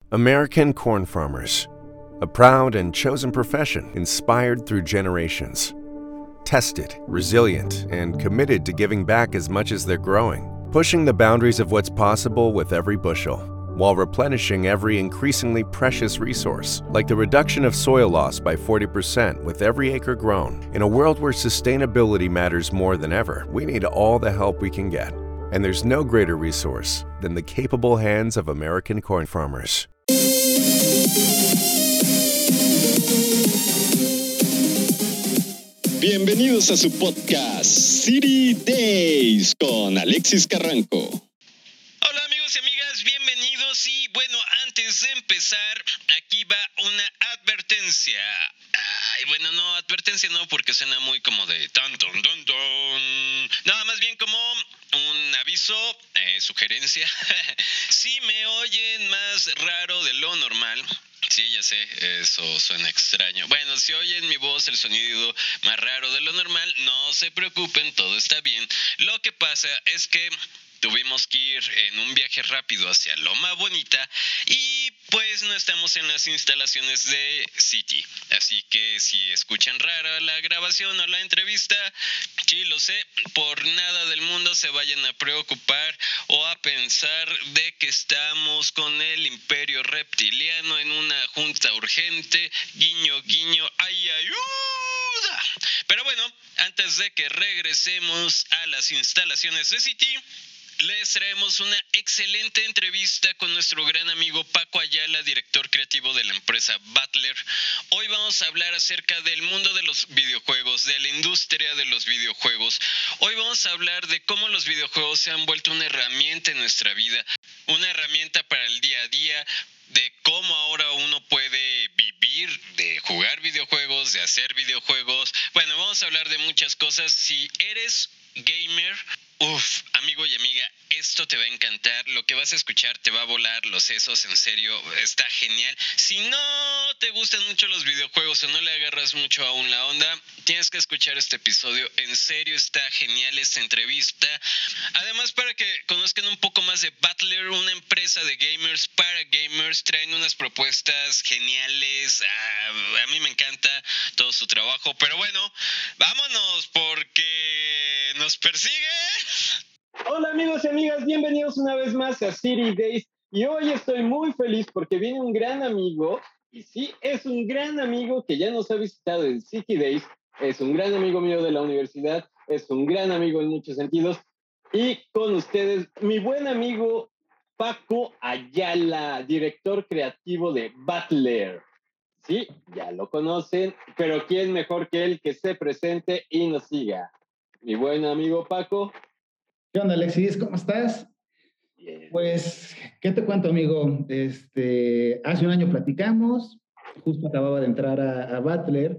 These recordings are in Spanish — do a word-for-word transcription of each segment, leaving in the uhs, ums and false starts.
American corn farmers, a proud and chosen profession inspired through generations. Tested, resilient, and committed to giving back as much as they're growing, pushing the boundaries of what's possible with every bushel, while replenishing every increasingly precious resource, like the reduction of soil loss by forty percent with every acre grown. In a world where sustainability matters more than ever, we need all the help we can get. And there's no greater resource than the capable hands of American corn farmers. Bienvenidos a su podcast City Days con Alexis Carranco. Hola amigos y amigas, bienvenidos y bueno, antes de empezar, aquí va una advertencia. Ay, bueno, no, advertencia no, porque suena muy como de tan, ton, ton, ton. No, más bien como un aviso, eh, sugerencia. Si me oyen más raro de lo normal, sí, ya sé, eso suena extraño. Bueno, si oyen mi voz, el sonido más raro de lo normal, no se preocupen, todo está bien. Lo que pasa es que tuvimos que ir en un viaje rápido hacia Loma Bonita y pues no estamos en las instalaciones de City. Así que si escuchan rara la grabación o la entrevista, sí lo sé, por nada del mundo se vayan a preocupar o a pensar de que estamos con el imperio reptiliano en una junta urgente, guiño, guiño, ay, ayuda. Pero bueno, antes de que regresemos a las instalaciones de City, les traemos una excelente entrevista con nuestro gran amigo Paco Ayala, director creativo de la empresa Battler. Hoy vamos a hablar acerca del mundo de los videojuegos, de la industria de los videojuegos. Hoy vamos a hablar de cómo los videojuegos se han vuelto una herramienta en nuestra vida, una herramienta para el día a día, de cómo ahora uno puede vivir de jugar videojuegos, de hacer videojuegos. Bueno, vamos a hablar de muchas cosas. Si eres gamer, uff, amigo y amiga, esto te va a encantar. Lo que vas a escuchar te va a volar los sesos, en serio, está genial. Si no te gustan mucho los videojuegos o no le agarras mucho aún la onda, tienes que escuchar este episodio. En serio, está genial esta entrevista. Además, para que conozcan un poco más de Battler, una empresa de gamers para gamers, traen unas propuestas geniales. Ah, a mí me encanta todo su trabajo. Pero bueno, vámonos porque nos persigue. Hola amigos y amigas, bienvenidos una vez más a City Days y hoy estoy muy feliz porque viene un gran amigo y sí, es un gran amigo que ya nos ha visitado en City Days, es un gran amigo mío de la universidad, es un gran amigo en muchos sentidos y con ustedes mi buen amigo Paco Ayala, director creativo de Battler. Sí, ya lo conocen, pero ¿quién mejor que él que se presente y nos siga? Mi buen amigo Paco. ¿Qué onda, Alexis? ¿Cómo estás? Bien. Pues, ¿qué te cuento, amigo? Este, hace un año platicamos, justo acababa de entrar a, a Battler,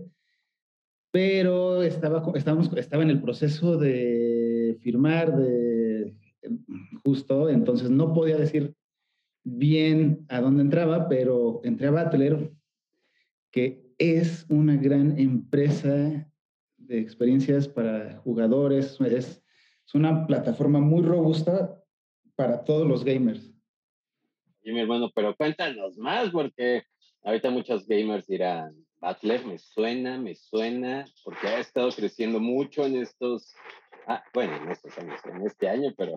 pero estaba, estábamos, estaba en el proceso de firmar, de justo, entonces no podía decir bien a dónde entraba, pero entré a Battler, que es una gran empresa de experiencias para jugadores, es Es una plataforma muy robusta para todos los gamers. Y mi hermano, pero cuéntanos más, porque ahorita muchos gamers dirán, Battler me suena, me suena, porque ha estado creciendo mucho en estos, ah, bueno, en estos años, en este año, pero...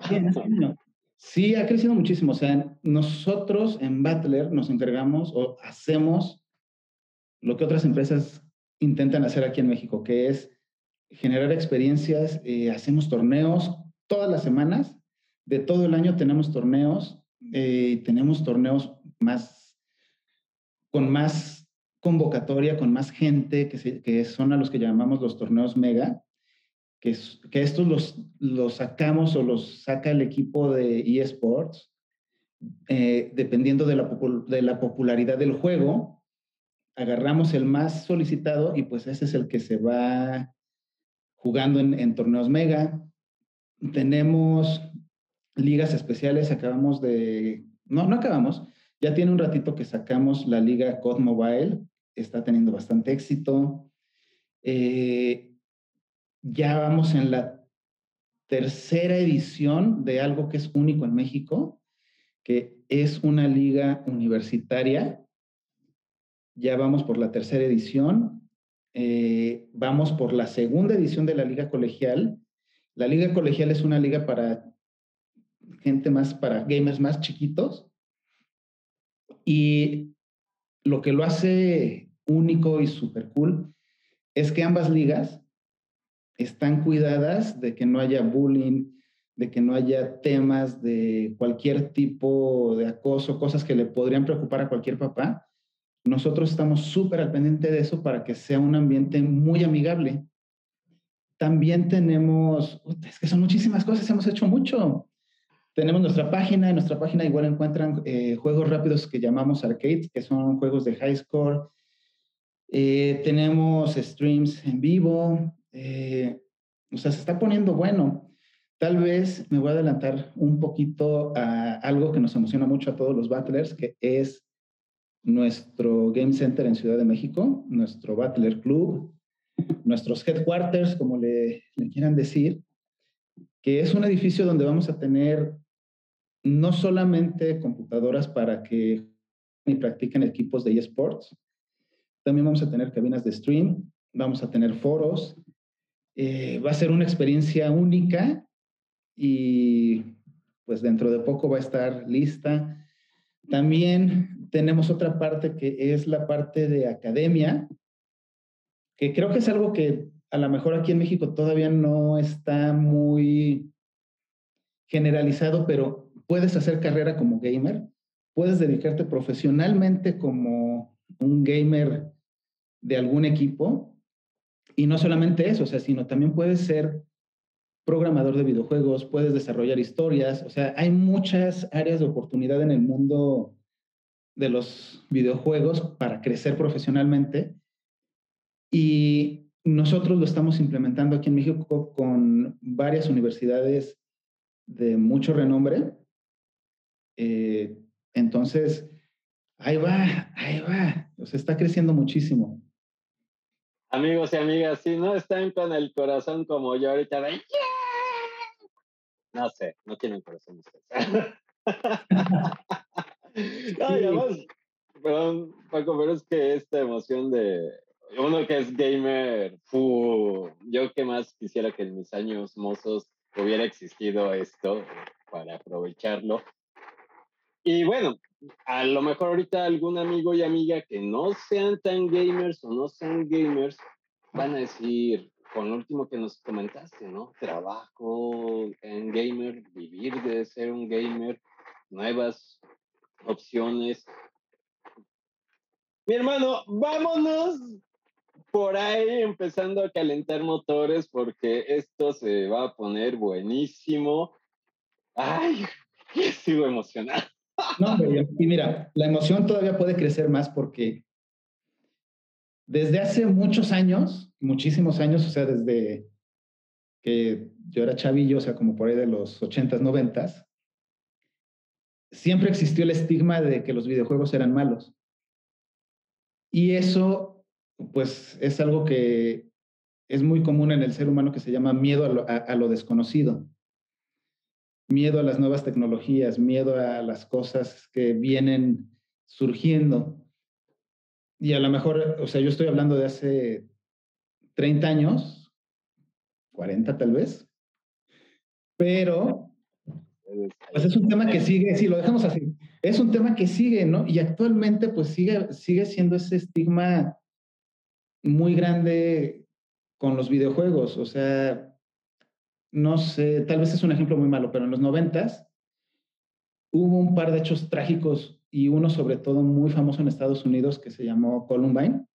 Sí, ha crecido muchísimo. O sea, nosotros en Battler nos encargamos o hacemos lo que otras empresas intentan hacer aquí en México, que es generar experiencias. Eh, hacemos torneos todas las semanas, de todo el año tenemos torneos, eh, tenemos torneos más, con más convocatoria, con más gente, que, se, que son a los que llamamos los torneos mega, que, es, que estos los, los sacamos o los saca el equipo de eSports, eh, dependiendo de la, de la popularidad del juego, agarramos el más solicitado y pues ese es el que se va jugando en, en torneos mega. Tenemos ligas especiales, acabamos de... No, no acabamos. Ya tiene un ratito que sacamos la liga C O D Mobile. Está teniendo bastante éxito. Eh, ya vamos en la tercera edición de algo que es único en México, que es una liga universitaria. Ya vamos por la tercera edición. Eh, vamos por la segunda edición de la liga colegial. La liga colegial es una liga para gente más, para gamers más chiquitos. Y lo que lo hace único y súper cool es que ambas ligas están cuidadas de que no haya bullying, de que no haya temas de cualquier tipo de acoso, cosas que le podrían preocupar a cualquier papá. Nosotros estamos súper al pendiente de eso para que sea un ambiente muy amigable. También tenemos, es que son muchísimas cosas, hemos hecho mucho. Tenemos nuestra página, en nuestra página igual encuentran eh, juegos rápidos que llamamos arcades, que son juegos de high score. Eh, tenemos streams en vivo, eh, o sea, se está poniendo bueno. Tal vez me voy a adelantar un poquito a algo que nos emociona mucho a todos los battlers, que es nuestro Game Center en Ciudad de México, nuestro Battler Club, nuestros headquarters, como le, le quieran decir, que es un edificio donde vamos a tener no solamente computadoras para que y practiquen equipos de eSports, también vamos a tener cabinas de stream, vamos a tener foros, eh, va a ser una experiencia única y pues dentro de poco va a estar lista. También tenemos otra parte que es la parte de academia, que creo que es algo que a lo mejor aquí en México todavía no está muy generalizado, pero puedes hacer carrera como gamer, puedes dedicarte profesionalmente como un gamer de algún equipo, y no solamente eso, o sea, sino también puedes ser programador de videojuegos, puedes desarrollar historias, o sea, hay muchas áreas de oportunidad en el mundo de los videojuegos para crecer profesionalmente, y nosotros lo estamos implementando aquí en México con varias universidades de mucho renombre. Eh, entonces, ahí va, ahí va, o sea, está creciendo muchísimo. Amigos y amigas, si no están con el corazón como yo ahorita, de, ¡yeah! No sé, no tienen corazón ustedes. No, y además, perdón, Paco, pero es que esta emoción de uno que es gamer, fu, yo que más quisiera que en mis años mozos hubiera existido esto para aprovecharlo. Y bueno, a lo mejor ahorita algún amigo y amiga que no sean tan gamers o no sean gamers van a decir, con lo último que nos comentaste, ¿no? Trabajo en gamer, vivir de ser un gamer, nuevas opciones. Mi hermano, vámonos por ahí empezando a calentar motores porque esto se va a poner buenísimo. Ay, sigo emocionado. No, y mira, la emoción todavía puede crecer más porque desde hace muchos años, muchísimos años, o sea, desde que yo era chavillo, o sea, como por ahí de los ochentas, noventas, siempre existió el estigma de que los videojuegos eran malos. Y eso, pues, es algo que es muy común en el ser humano, que se llama miedo a lo, a, a lo desconocido. Miedo a las nuevas tecnologías, miedo a las cosas que vienen surgiendo. Y a lo mejor, o sea, yo estoy hablando de hace treinta años, cuarenta tal vez, pero pues es un tema que sigue, si lo dejamos así, es un tema que sigue, ¿no? Y actualmente pues sigue, sigue siendo ese estigma muy grande con los videojuegos, o sea, no sé, tal vez es un ejemplo muy malo, pero en los noventas hubo un par de hechos trágicos y uno sobre todo muy famoso en Estados Unidos que se llamó Columbine.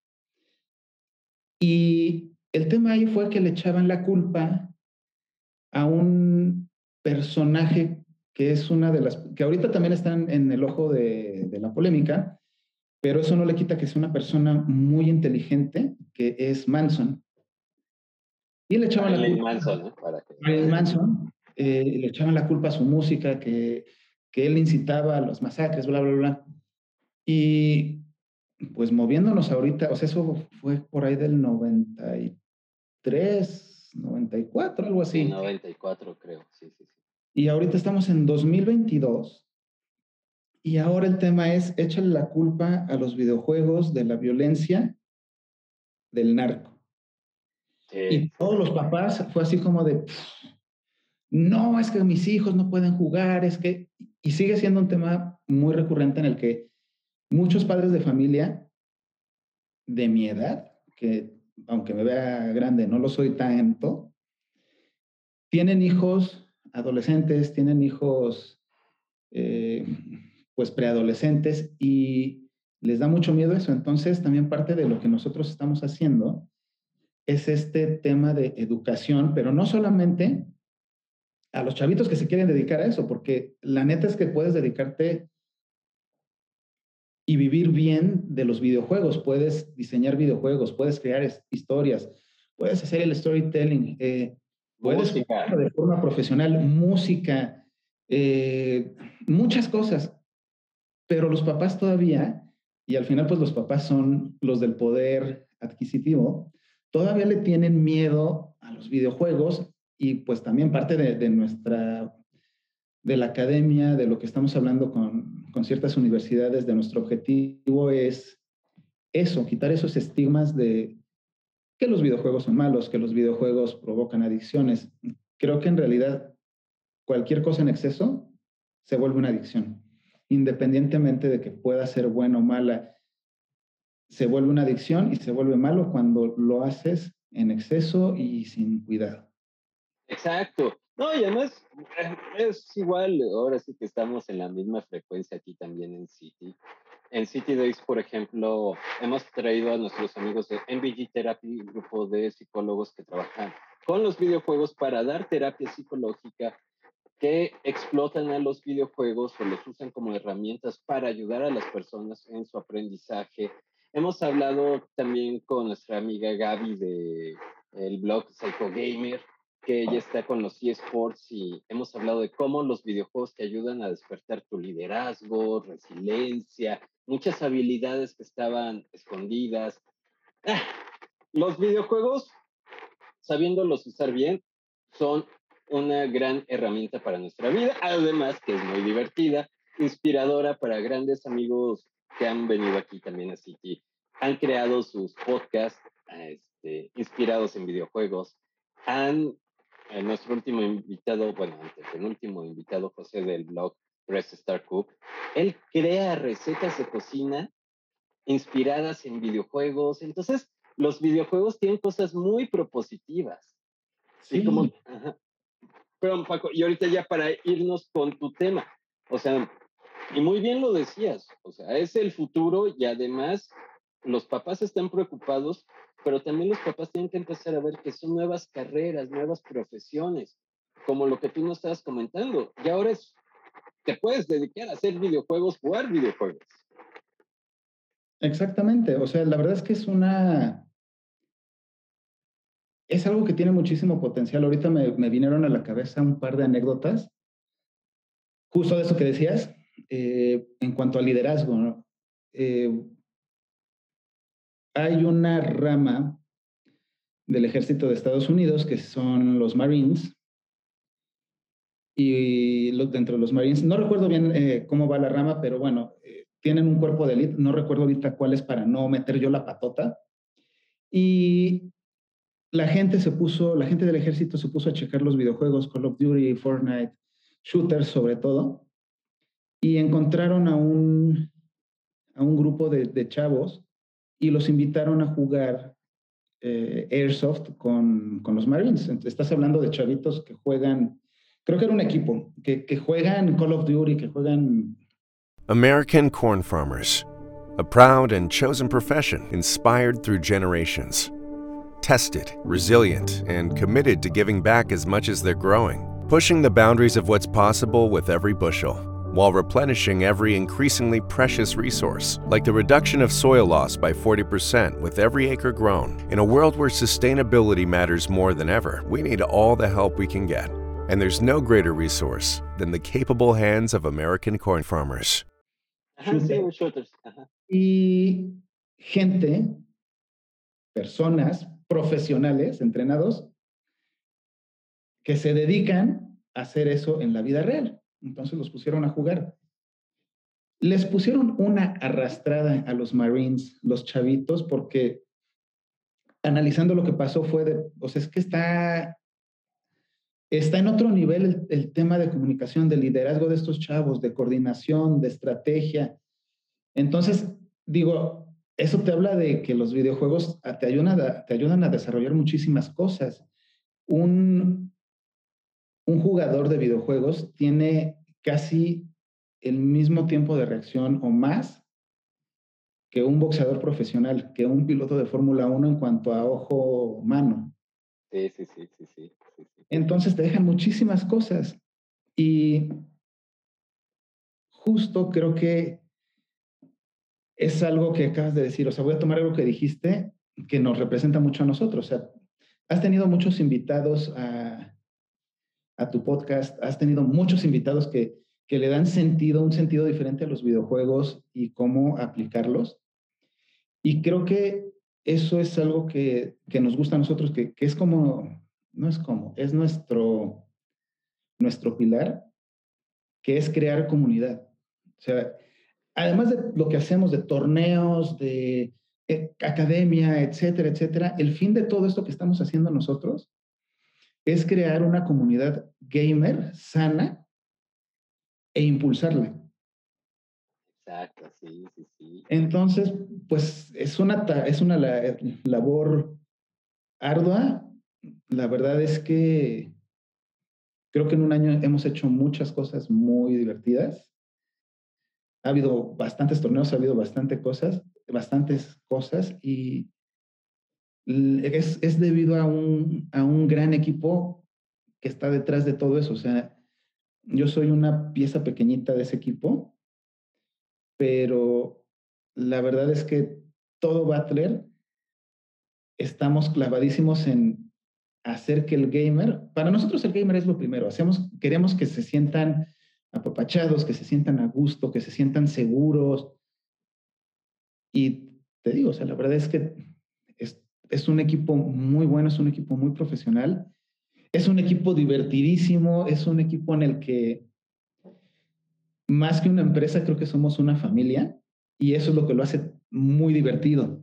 Y el tema ahí fue que le echaban la culpa a un personaje que es una de las, que ahorita también están en el ojo de, de la polémica, pero eso no le quita que sea una persona muy inteligente, que es Manson. Y le echaban la culpa. Manson, ¿no? Para que... Marilyn Manson, eh, le echaban la culpa a su música, que, que él incitaba a los masacres, bla, bla, bla. Y pues moviéndonos ahorita, o sea, eso fue por ahí del noventa y tres, noventa y cuatro, algo así. Sí, noventa y cuatro creo, sí, sí, sí. Y ahorita estamos en dos mil veintidós Y ahora el tema es, échale la culpa a los videojuegos de la violencia del narco. Sí, Y todos los papás fue así como de, no, es que mis hijos no pueden jugar, es que... Y sigue siendo un tema muy recurrente en el que muchos padres de familia de mi edad, que aunque me vea grande, no lo soy tanto, tienen hijos adolescentes, tienen hijos eh, pues preadolescentes y les da mucho miedo eso. Entonces también parte de lo que nosotros estamos haciendo es este tema de educación, pero no solamente a los chavitos que se quieren dedicar a eso, porque la neta es que puedes dedicarte y vivir bien de los videojuegos, puedes diseñar videojuegos, puedes crear historias, puedes hacer el storytelling, eh, puedes música. jugar de forma profesional, música, eh, muchas cosas, pero los papás todavía, y al final pues los papás son los del poder adquisitivo, todavía le tienen miedo a los videojuegos y pues también parte de, de nuestra, de la academia, de lo que estamos hablando con, con ciertas universidades, de nuestro objetivo es eso, quitar esos estigmas de que los videojuegos son malos, que los videojuegos provocan adicciones. Creo que en realidad cualquier cosa en exceso se vuelve una adicción. Independientemente de que pueda ser buena o mala, se vuelve una adicción y se vuelve malo cuando lo haces en exceso y sin cuidado. Exacto. No, y además eh, es igual, ahora sí que estamos en la misma frecuencia aquí también en City. En City Days, por ejemplo, hemos traído a nuestros amigos de M V G Therapy, un grupo de psicólogos que trabajan con los videojuegos para dar terapia psicológica, que explotan a los videojuegos o los usan como herramientas para ayudar a las personas en su aprendizaje. Hemos hablado también con nuestra amiga Gaby de el blog Psycho Gamer, que ella está con los eSports y hemos hablado de cómo los videojuegos te ayudan a despertar tu liderazgo, resiliencia, muchas habilidades que estaban escondidas. Ah, los videojuegos, sabiéndolos usar bien, son una gran herramienta para nuestra vida, además que es muy divertida, inspiradora para grandes amigos que han venido aquí también a City, han creado sus podcasts este, inspirados en videojuegos, han, eh, nuestro último invitado, bueno, el penúltimo invitado, José del blog Press Star Cook, él crea recetas de cocina inspiradas en videojuegos, entonces los videojuegos tienen cosas muy propositivas. Sí. Y como, ajá. Pero Paco, y ahorita ya para irnos con tu tema, o sea, y muy bien lo decías, o sea, es el futuro y además los papás están preocupados, pero también los papás tienen que empezar a ver que son nuevas carreras, nuevas profesiones, como lo que tú nos estabas comentando. Y ahora es, te puedes dedicar a hacer videojuegos, jugar videojuegos. Exactamente, o sea, la verdad es que es una... Es algo que tiene muchísimo potencial. Ahorita me, me vinieron a la cabeza un par de anécdotas, justo de eso que decías, eh, en cuanto al liderazgo, ¿no? Eh, hay una rama del ejército de Estados Unidos que son los Marines, y los, dentro de los Marines, no recuerdo bien eh, cómo va la rama, pero bueno, eh, tienen un cuerpo de élite, no recuerdo ahorita cuál es para no meter yo la patota, y la gente se puso, la gente del ejército se puso a checar los videojuegos, Call of Duty, Fortnite, shooters sobre todo, y encontraron a un, a un grupo de, de chavos y los invitaron a jugar eh, Airsoft con, con los Marines. Estás hablando de chavitos que juegan, creo que era un equipo, que, que juegan Call of Duty, que juegan... American corn farmers, a proud and chosen profession inspired through generations. Tested, resilient, and committed to giving back as much as they're growing, pushing the boundaries of what's possible with every bushel, while replenishing every increasingly precious resource, like the reduction of soil loss by forty percent with every acre grown. In a world where sustainability matters more than ever, we need all the help we can get. And there's no greater resource than the capable hands of American corn farmers. Ajá, sí, shooters. Ajá. Y gente, personas profesionales, entrenados, que se dedican a hacer eso en la vida real. Entonces los pusieron a jugar. les pusieron una arrastrada a los Marines, los chavitos, porque analizando lo que pasó fue de, o sea, es que está, está en otro nivel el, el tema de comunicación, de liderazgo de estos chavos, de coordinación, de estrategia. Entonces, digo, eso te habla de que los videojuegos te ayudan a, te ayudan a desarrollar muchísimas cosas. Un, un jugador de videojuegos tiene casi el mismo tiempo de reacción o más que un boxeador profesional, que un piloto de Fórmula uno en cuanto a ojo-mano. Sí, sí, sí, sí, sí, sí, sí. Entonces te dejan muchísimas cosas. Y justo creo que es algo que acabas de decir. O sea, voy a tomar algo que dijiste que nos representa mucho a nosotros. O sea, has tenido muchos invitados a, a tu podcast, has tenido muchos invitados que, que le dan sentido, un sentido diferente a los videojuegos y cómo aplicarlos. Y creo que eso es algo que, que nos gusta a nosotros, que, que es como, no es como, es nuestro, nuestro pilar, que es crear comunidad. O sea, además de lo que hacemos de torneos, de eh, academia, etcétera, etcétera, el fin de todo esto que estamos haciendo nosotros es crear una comunidad gamer sana e impulsarla. Exacto, sí, sí, sí. Entonces, pues es una, es una labor ardua. La verdad es que creo que en un año hemos hecho muchas cosas muy divertidas. Ha habido bastantes torneos, ha habido bastantes cosas, bastantes cosas y es, es debido a un, a un gran equipo que está detrás de todo eso. O sea, yo soy una pieza pequeñita de ese equipo, pero la verdad es que todo Battler estamos clavadísimos en hacer que el gamer, para nosotros el gamer es lo primero, hacemos, queremos que se sientan apapachados, que se sientan a gusto, que se sientan seguros. Y te digo, o sea, la verdad es que es, es un equipo muy bueno, es un equipo muy profesional, es un equipo divertidísimo, es un equipo en el que más que una empresa creo que somos una familia y eso es lo que lo hace muy divertido.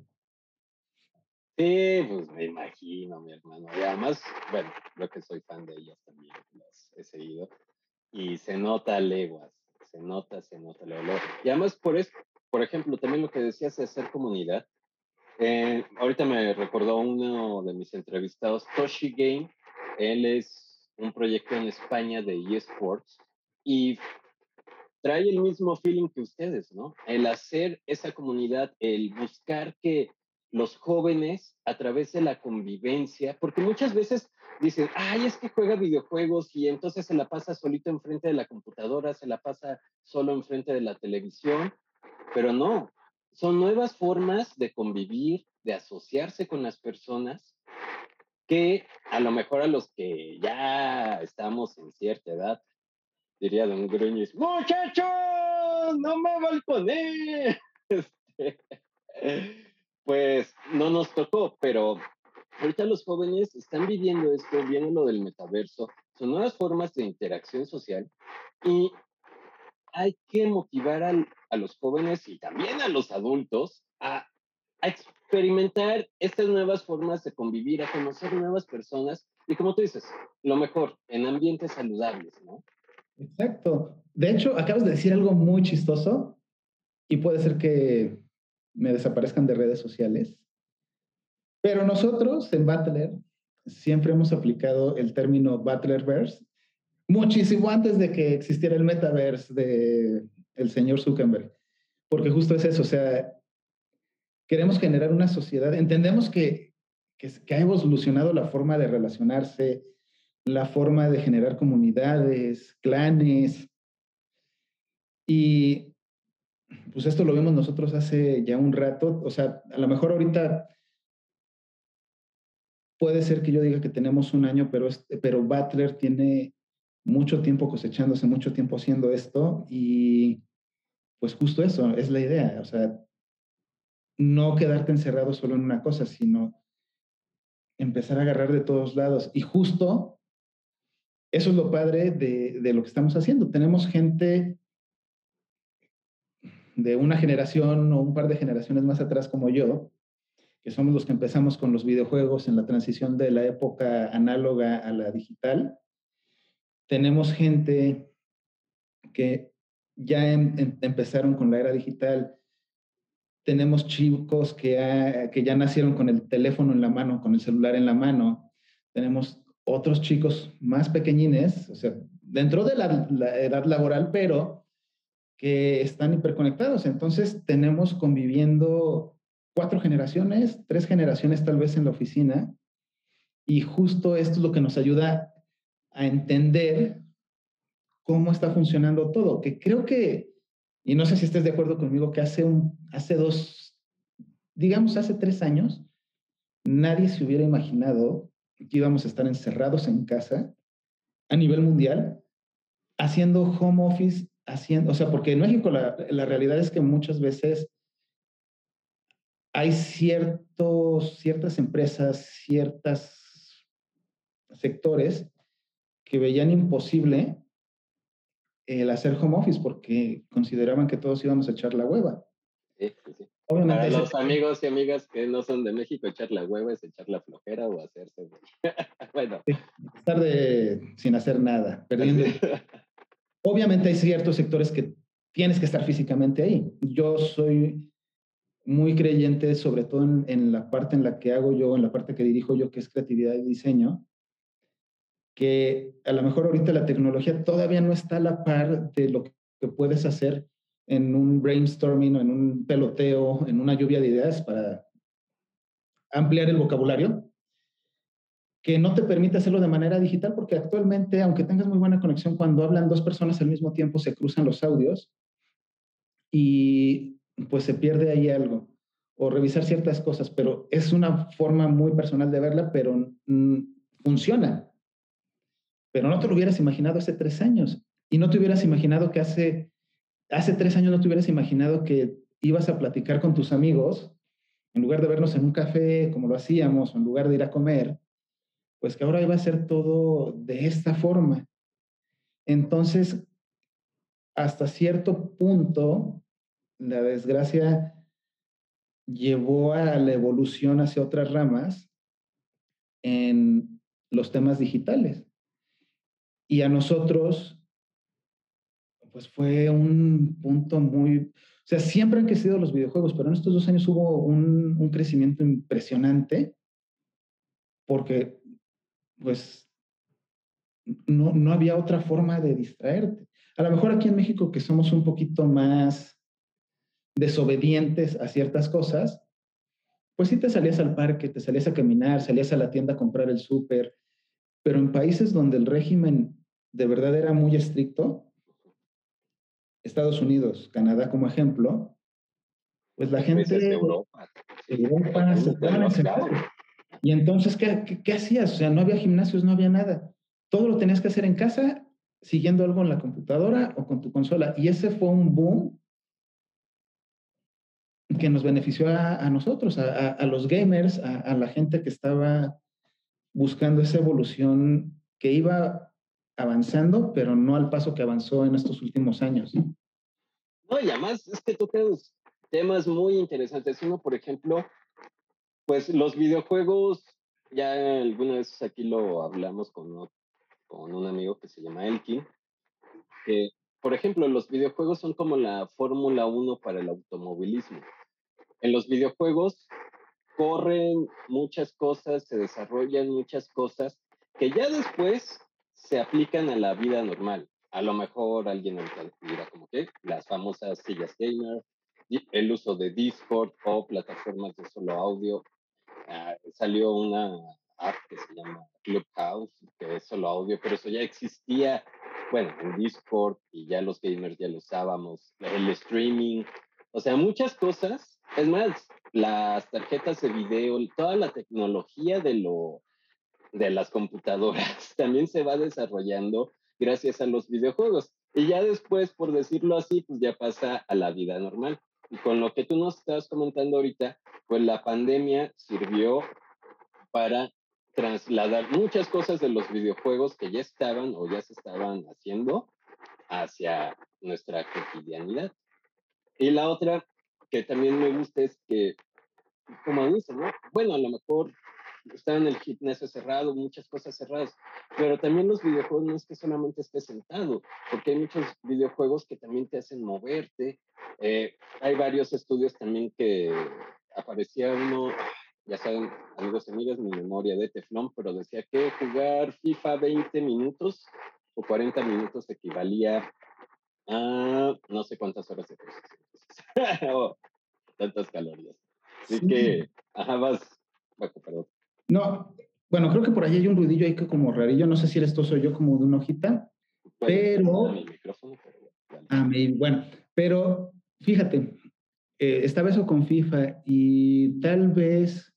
Sí, pues me imagino, mi hermano. Y además, bueno, creo que soy fan de ellas también, las he seguido. Y se nota leguas, se nota, se nota leguas. Y además, por eso, por ejemplo, también lo que decías de hacer comunidad. Eh, ahorita me recordó uno de mis entrevistados, Toshi Game. Él es un proyecto en España de eSports y trae el mismo feeling que ustedes, ¿no? El hacer esa comunidad, el buscar que los jóvenes a través de la convivencia, porque muchas veces dicen, ay, es que juega videojuegos y entonces se la pasa solito enfrente de la computadora, se la pasa solo enfrente de la televisión, pero no, son nuevas formas de convivir, de asociarse con las personas, que a lo mejor a los que ya estamos en cierta edad, diría Don Gruñiz, ¡muchachos! ¡No me balconé! Este, pues no nos tocó, pero ahorita los jóvenes están viviendo esto, viene lo del metaverso, son nuevas formas de interacción social y hay que motivar al, a los jóvenes y también a los adultos a, a experimentar estas nuevas formas de convivir, a conocer nuevas personas y como tú dices, lo mejor, en ambientes saludables, ¿no? Exacto. De hecho, acabas de decir algo muy chistoso y puede ser que me desaparezcan de redes sociales. Pero nosotros en Battler siempre hemos aplicado el término Battlerverse muchísimo antes de que existiera el metaverse de el señor Zuckerberg. Porque justo es eso, o sea, queremos generar una sociedad. Entendemos que, que, que ha evolucionado la forma de relacionarse, la forma de generar comunidades, clanes. Y pues esto lo vimos nosotros hace ya un rato. O sea, a lo mejor ahorita puede ser que yo diga que tenemos un año, pero, este, pero Battler tiene mucho tiempo cosechándose, mucho tiempo haciendo esto y pues justo eso es la idea. O sea, no quedarte encerrado solo en una cosa, sino empezar a agarrar de todos lados. Y justo eso es lo padre de, de lo que estamos haciendo. Tenemos gente de una generación o un par de generaciones más atrás como yo, que somos los que empezamos con los videojuegos en la transición de la época análoga a la digital, tenemos gente que ya em, em, empezaron con la era digital. Tenemos chicos que, ha, que ya nacieron con el teléfono en la mano, con el celular en la mano. Tenemos otros chicos más pequeñines, o sea, dentro de la, la edad laboral, pero que están hiperconectados. Entonces tenemos conviviendo cuatro generaciones, tres generaciones tal vez en la oficina, y justo esto es lo que nos ayuda a entender cómo está funcionando todo, que creo que, y no sé si estés de acuerdo conmigo, que hace, un, hace dos, digamos hace tres años, nadie se hubiera imaginado que íbamos a estar encerrados en casa a nivel mundial, haciendo home office, haciendo, o sea, porque en México la, la realidad es que muchas veces hay ciertos, ciertas empresas, ciertos sectores que veían imposible el hacer home office porque consideraban que todos íbamos a echar la hueva. Sí, sí, sí. Obviamente, Para los ese... amigos y amigas que no son de México, echar la hueva es echar la flojera o hacerse. Bueno. Sí, estar de, sin hacer nada, perdiendo. Obviamente hay ciertos sectores que tienes que estar físicamente ahí. Yo soy muy creyente, sobre todo en, en la parte en la que hago yo, en la parte que dirijo yo, que es creatividad y diseño, que a lo mejor ahorita la tecnología todavía no está a la par de lo que puedes hacer en un brainstorming o en un peloteo, en una lluvia de ideas para ampliar el vocabulario, que no te permite hacerlo de manera digital, porque actualmente, aunque tengas muy buena conexión, cuando hablan dos personas al mismo tiempo se cruzan los audios y pues se pierde ahí algo, o revisar ciertas cosas, pero es una forma muy personal de verla, pero mm, funciona. Pero no te lo hubieras imaginado hace tres años. Y no te hubieras imaginado que hace, hace tres años no te hubieras imaginado que ibas a platicar con tus amigos, en lugar de vernos en un café como lo hacíamos, o en lugar de ir a comer, pues que ahora iba a ser todo de esta forma. Entonces, hasta cierto punto, la desgracia llevó a la evolución hacia otras ramas en los temas digitales. Y a nosotros, pues fue un punto muy... O sea, siempre han crecido los videojuegos, pero en estos dos años hubo un, un crecimiento impresionante porque, pues, no, no había otra forma de distraerte. A lo mejor aquí en México, que somos un poquito más desobedientes a ciertas cosas, pues sí te salías al parque, te salías a caminar, salías a la tienda a comprar el súper, pero en países donde el régimen de verdad era muy estricto, Estados Unidos, Canadá como ejemplo, pues la gente de Europa, Europa se estaban encerrados. Y entonces, ¿qué, qué, ¿qué hacías? O sea, no había gimnasios, no había nada. Todo lo tenías que hacer en casa, siguiendo algo en la computadora o con tu consola. Y ese fue un boom que nos benefició a, a nosotros, a, a, a los gamers, a, a la gente que estaba buscando esa evolución que iba avanzando, pero no al paso que avanzó en estos últimos años. No, y además es que tocas temas muy interesantes. Uno, por ejemplo, pues los videojuegos, ya alguna vez aquí lo hablamos con, con un amigo que se llama Elkin, que, por ejemplo, los videojuegos son como la Fórmula uno para el automovilismo. En los videojuegos corren muchas cosas, se desarrollan muchas cosas que ya después se aplican a la vida normal. A lo mejor alguien dirá como que las famosas sillas gamer, el uso de Discord o plataformas de solo audio. Uh, salió una app que se llama Clubhouse, que es solo audio, pero eso ya existía, bueno, en Discord, y ya los gamers ya lo usábamos, el streaming, o sea, muchas cosas. Es más, las tarjetas de video, toda la tecnología de, lo, de las computadoras también se va desarrollando gracias a los videojuegos. Y ya después, por decirlo así, pues ya pasa a la vida normal. Y con lo que tú nos estabas comentando ahorita, pues la pandemia sirvió para trasladar muchas cosas de los videojuegos que ya estaban o ya se estaban haciendo hacia nuestra cotidianidad. Y la otra que también me gusta es que, como dicen, ¿no? Bueno, a lo mejor está en el gimnasio cerrado, muchas cosas cerradas, pero también los videojuegos no es que solamente estés sentado, porque hay muchos videojuegos que también te hacen moverte. Eh, hay varios estudios también que aparecía uno, ya saben, amigos y amigas, mi memoria de teflón, pero decía que jugar FIFA veinte minutos o cuarenta minutos equivalía a no sé cuántas horas de ejercicio. O tantas calorías. Así Sí. que, ajá, vas, Paco, perdón. No, bueno, creo que por ahí hay un ruidillo ahí que como rarillo, no sé si eres tú o soy yo como de una hojita, Puede pero, mi micrófono, pero vale. a mí, bueno, pero fíjate, eh, estaba eso con FIFA y tal vez,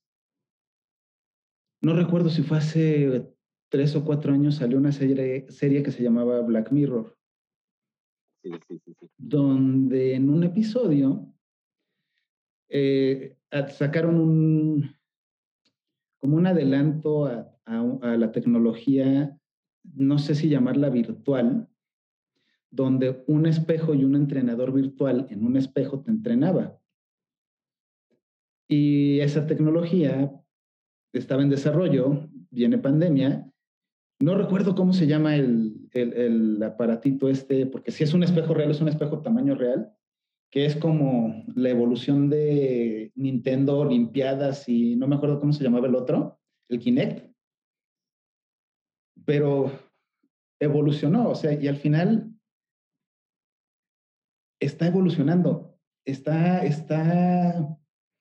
no recuerdo si fue hace tres o cuatro años, salió una serie, serie que se llamaba Black Mirror, Sí, sí, sí, sí. donde en un episodio eh, sacaron un, como un adelanto a, a, a la tecnología, no sé si llamarla virtual, donde un espejo y un entrenador virtual en un espejo te entrenaba. Y esa tecnología estaba en desarrollo, viene pandemia. No recuerdo cómo se llama el, el, el aparatito este, porque si es un espejo real, es un espejo tamaño real, que es como la evolución de Nintendo, Olimpiadas y no me acuerdo cómo se llamaba el otro, el Kinect. Pero evolucionó, o sea, y al final está evolucionando. Está, está,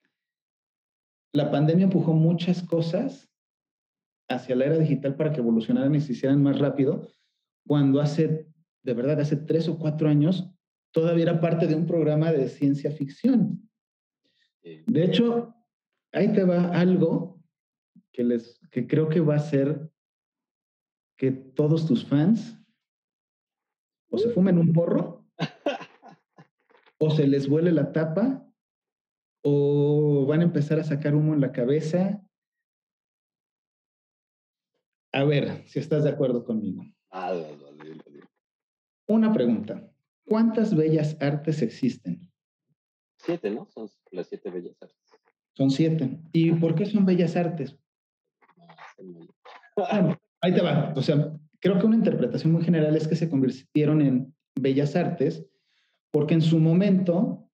la pandemia empujó muchas cosas hacia la era digital para que evolucionaran y se hicieran más rápido, cuando hace, de verdad, hace tres o cuatro años, todavía era parte de un programa de ciencia ficción. De hecho, ahí te va algo que, les, que creo que va a hacer que todos tus fans o se fumen un porro, o se les vuele la tapa, o van a empezar a sacar humo en la cabeza. A ver si estás de acuerdo conmigo. Ah, lo, lo, lo, lo. Una pregunta. ¿Cuántas bellas artes existen? Siete, ¿no? Son las siete bellas artes. Son siete. ¿Y por qué son bellas artes? Bueno, ahí te va. O sea, creo que una interpretación muy general es que se convirtieron en bellas artes porque en su momento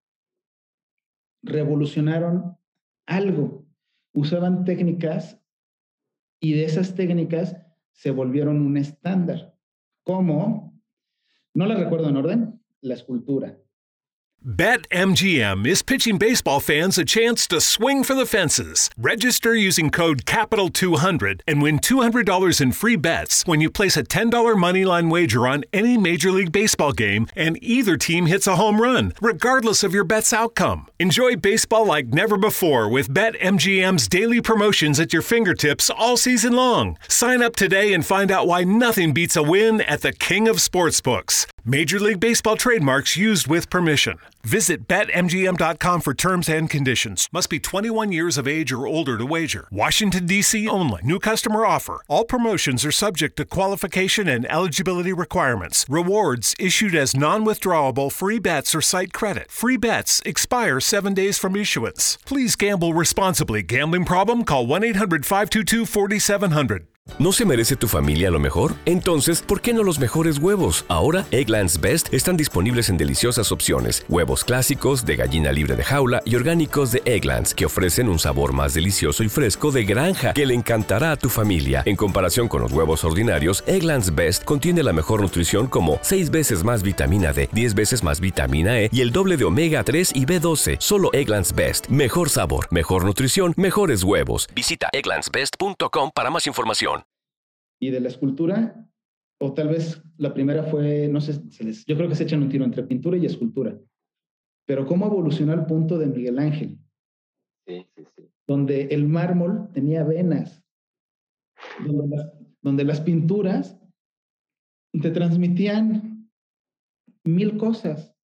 revolucionaron algo. Usaban técnicas y de esas técnicas se volvieron un estándar. ¿Cómo? No las recuerdo en orden. La escultura. BetMGM is pitching baseball fans a chance to swing for the fences. Register using code capital two hundred and win two hundred dollars in free bets when you place a ten dollars moneyline wager on any Major League Baseball game and either team hits a home run, regardless of your bet's outcome. Enjoy baseball like never before with BetMGM's daily promotions at your fingertips all season long. Sign up today and find out why nothing beats a win at the King of Sportsbooks. Major League Baseball trademarks used with permission. Visit Bet M G M dot com for terms and conditions. Must be twenty-one years of age or older to wager. Washington, D C only. New customer offer. All promotions are subject to qualification and eligibility requirements. Rewards issued as non-withdrawable free bets or site credit. Free bets expire seven days from issuance. Please gamble responsibly. Gambling problem? Call one eight hundred five two two four seven zero zero. ¿No se merece tu familia lo mejor? Entonces, ¿por qué no los mejores huevos? Ahora, Eggland's Best están disponibles en deliciosas opciones. Huevos clásicos, de gallina libre de jaula y orgánicos de Eggland's, que ofrecen un sabor más delicioso y fresco de granja que le encantará a tu familia. En comparación con los huevos ordinarios, Eggland's Best contiene la mejor nutrición como seis veces más vitamina D, diez veces más vitamina E y el doble de omega tres y B doce. Solo Eggland's Best. Mejor sabor, mejor nutrición, mejores huevos. Visita egglands best punto com para más información. Y de la escultura, o tal vez la primera fue, no sé, se les, yo creo que se echan un tiro entre pintura y escultura. Pero cómo evolucionó al punto de Miguel Ángel, Sí, sí, sí. donde el mármol tenía venas, donde las, donde las pinturas te transmitían mil cosas.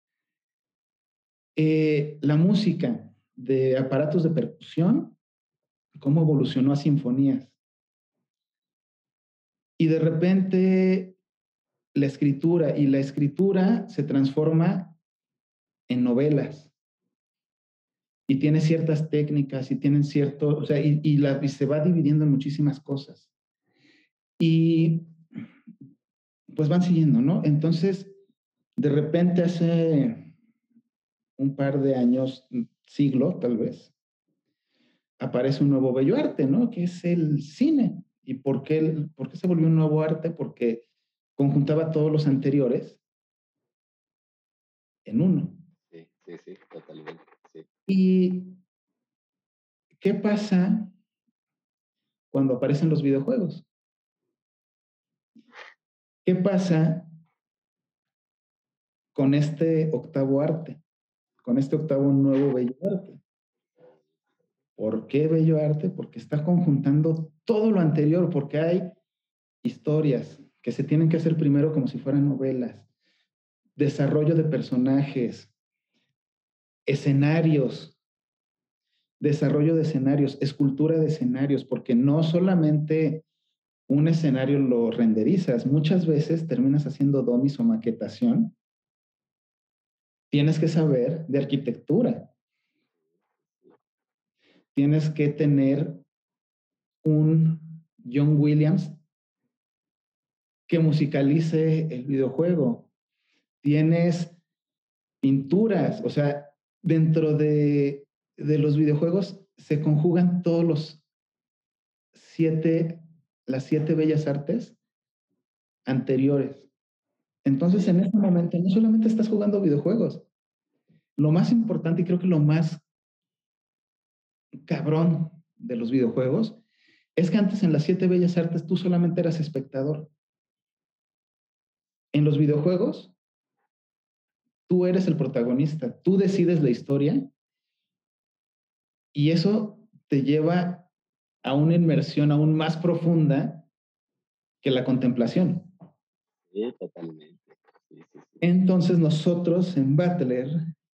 Eh, la música de aparatos de percusión, cómo evolucionó a sinfonías. Y de repente la escritura, y la escritura se transforma en novelas. y tiene ciertas técnicas y tienen cierto, o sea, y, y, la, y se va dividiendo en muchísimas cosas. Y pues van siguiendo, ¿no? Entonces, de repente hace un par de años, siglo tal vez, aparece un nuevo bello arte, ¿no? Que es el cine. ¿Y por qué, el, por qué se volvió un nuevo arte? Porque conjuntaba todos los anteriores en uno. Sí, sí, sí, totalmente. Sí. ¿Y qué pasa cuando aparecen los videojuegos? ¿Qué pasa con este octavo arte? Con este octavo nuevo bello arte. ¿Por qué bello arte? Porque está conjuntando todo lo anterior, porque hay historias que se tienen que hacer primero como si fueran novelas, desarrollo de personajes, escenarios, desarrollo de escenarios, escultura de escenarios, porque no solamente un escenario lo renderizas, muchas veces terminas haciendo domis o maquetación. Tienes que saber de arquitectura. Tienes que tener un John Williams que musicalice el videojuego. Tienes pinturas, o sea, dentro de, de los videojuegos se conjugan todos los siete, las siete bellas artes anteriores. Entonces, en este momento, no solamente estás jugando videojuegos. Lo más importante, y creo que lo más cabrón de los videojuegos, es que antes en las siete bellas artes tú solamente eras espectador. En los videojuegos, tú eres el protagonista, tú decides la historia y eso te lleva a una inmersión aún más profunda que la contemplación. Sí, totalmente. Sí, sí, sí. Entonces nosotros en Battler,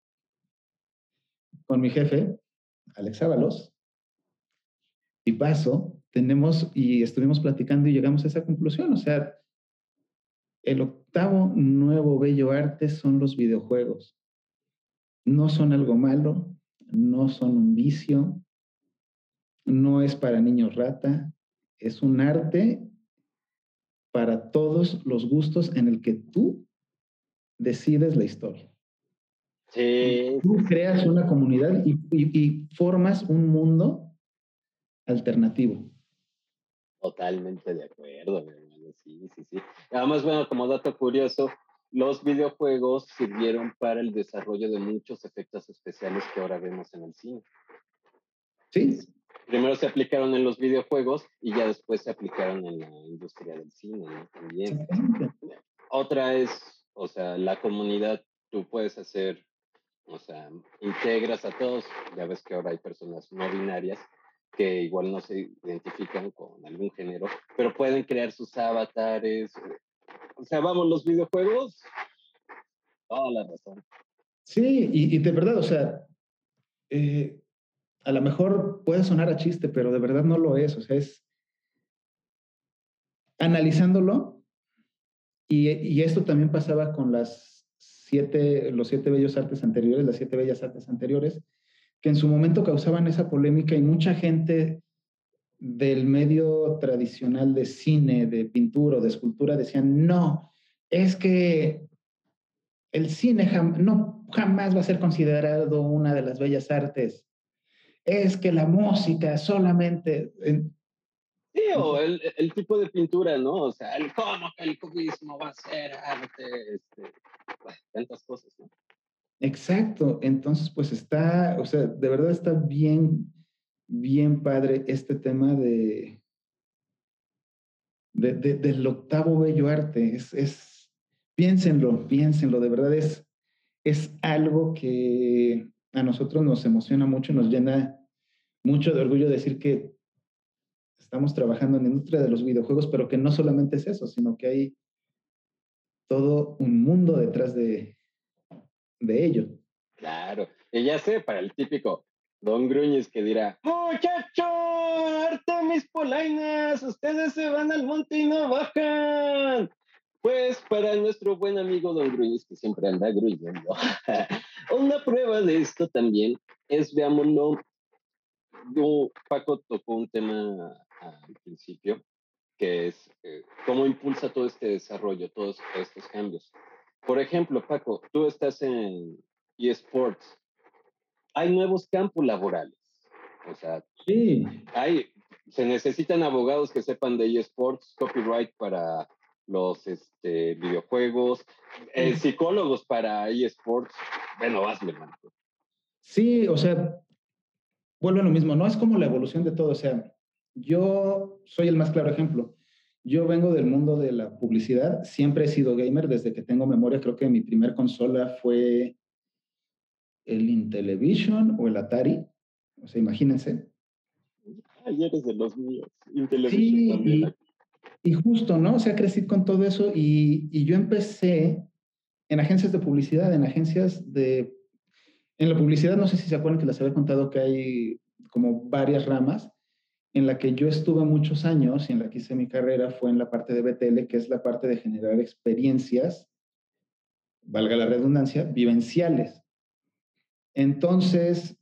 con mi jefe, Alex Ábalos, y paso, tenemos y estuvimos platicando y llegamos a esa conclusión. O sea, el octavo nuevo bello arte son los videojuegos. No son algo malo, no son un vicio, no es para niños rata, es un arte para todos los gustos en el que tú decides la historia. Sí, Tú sí, creas sí. una comunidad y, y, y formas un mundo alternativo. Totalmente de acuerdo, mi hermano. Sí, sí, sí. Además, bueno, como dato curioso, los videojuegos sirvieron para el desarrollo de muchos efectos especiales que ahora vemos en el cine. Sí. Primero se aplicaron en los videojuegos y ya después se aplicaron en la industria del cine, ¿no? También. Exactamente. Otra es, o sea, la comunidad, tú puedes hacer, o sea, integras a todos. Ya ves que ahora hay personas no binarias que igual no se identifican con algún género, pero pueden crear sus avatares. O sea, vamos, los videojuegos, toda la razón. Sí, y, y de verdad, o sea, eh, a lo mejor puede sonar a chiste, pero de verdad no lo es. O sea, es analizándolo, y, y esto también pasaba con las siete, los siete bellos artes anteriores, las siete bellas artes anteriores, que en su momento causaban esa polémica y mucha gente del medio tradicional de cine, de pintura o de escultura decían, no, es que el cine jam no, jamás va a ser considerado una de las bellas artes. Es que la música solamente... En... Sí, o el, el tipo de pintura, ¿no? O sea, el cómo que el cubismo va a ser arte, este, bueno, tantas cosas, ¿no? Exacto, entonces pues está, o sea, de verdad está bien, bien padre este tema de, de, de del octavo bello arte. Es, es, piénsenlo, piénsenlo, de verdad es, es algo que a nosotros nos emociona mucho, nos llena mucho de orgullo decir que estamos trabajando en la industria de los videojuegos, pero que no solamente es eso, sino que hay todo un mundo detrás de, de ello. Claro, y ya sé, para el típico Don Gruñiz que dirá, muchacho, Artemis Polainas, ustedes se van al monte y no bajan. Pues para nuestro buen amigo Don Gruñiz, que siempre anda gruñendo, una prueba de esto también es, veámoslo, yo, Paco tocó un tema al principio, que es eh, cómo impulsa todo este desarrollo, todos estos cambios. Por ejemplo, Paco, tú estás en eSports, hay nuevos campos laborales, o sea, Sí, hay, se necesitan abogados que sepan de eSports, copyright para los este, videojuegos, eh, psicólogos para eSports. Bueno, vas, mi hermano. sí, o sea, vuelve a lo mismo, no es como la evolución de todo, o sea, yo soy el más claro ejemplo. Yo vengo del mundo de la publicidad, siempre he sido gamer desde que tengo memoria, creo que mi primer consola fue el Intellivision o el Atari, o sea, imagínense. Ay, eres de los míos. Intellivision Sí, también. y, y justo, ¿no? O sea, crecí con todo eso y, y yo empecé en agencias de publicidad, en agencias de... En la publicidad, no sé si se acuerdan que les había contado que hay como varias ramas. En la que yo estuve muchos años y en la que hice mi carrera fue en la parte de B T L, que es la parte de generar experiencias, valga la redundancia, vivenciales. Entonces,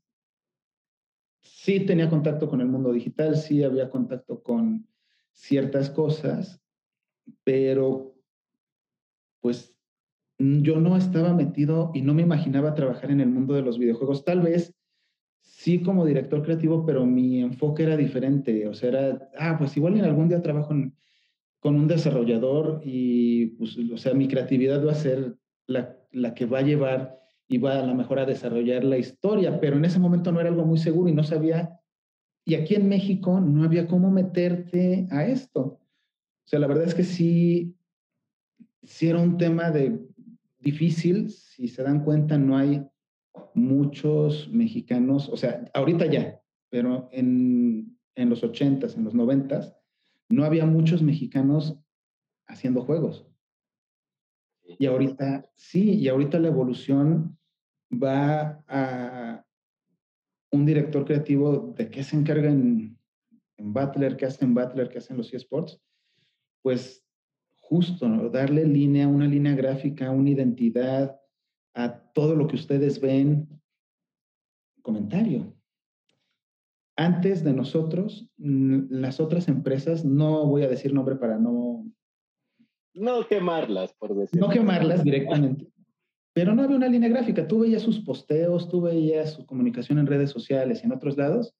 sí tenía contacto con el mundo digital, sí había contacto con ciertas cosas, pero pues yo no estaba metido y no me imaginaba trabajar en el mundo de los videojuegos. Tal vez sí como director creativo, pero mi enfoque era diferente. O sea, era, ah, pues igual en algún día trabajo en, con un desarrollador y, pues, o sea, mi creatividad va a ser la, la que va a llevar y va a lo mejor a desarrollar la historia, pero en ese momento no era algo muy seguro y no sabía, y aquí en México no había cómo meterte a esto. O sea, la verdad es que sí, sí era un tema de difícil, si se dan cuenta, no hay muchos mexicanos, o sea, ahorita ya, pero en, en los ochentas, en los noventas, no había muchos mexicanos haciendo juegos. Y ahorita, sí, y ahorita la evolución va a un director creativo de qué se encarga en, en Battler, qué hace en Battler, qué hacen los eSports, pues justo, ¿no? Darle línea, una línea gráfica, una identidad a todo lo que ustedes ven. Comentario. Antes de nosotros, las otras empresas, no voy a decir nombre para no... No quemarlas, por decirlo. No quemarlas directamente, pero no había una línea gráfica. Tú veías sus posteos, tú veías su comunicación en redes sociales y en otros lados,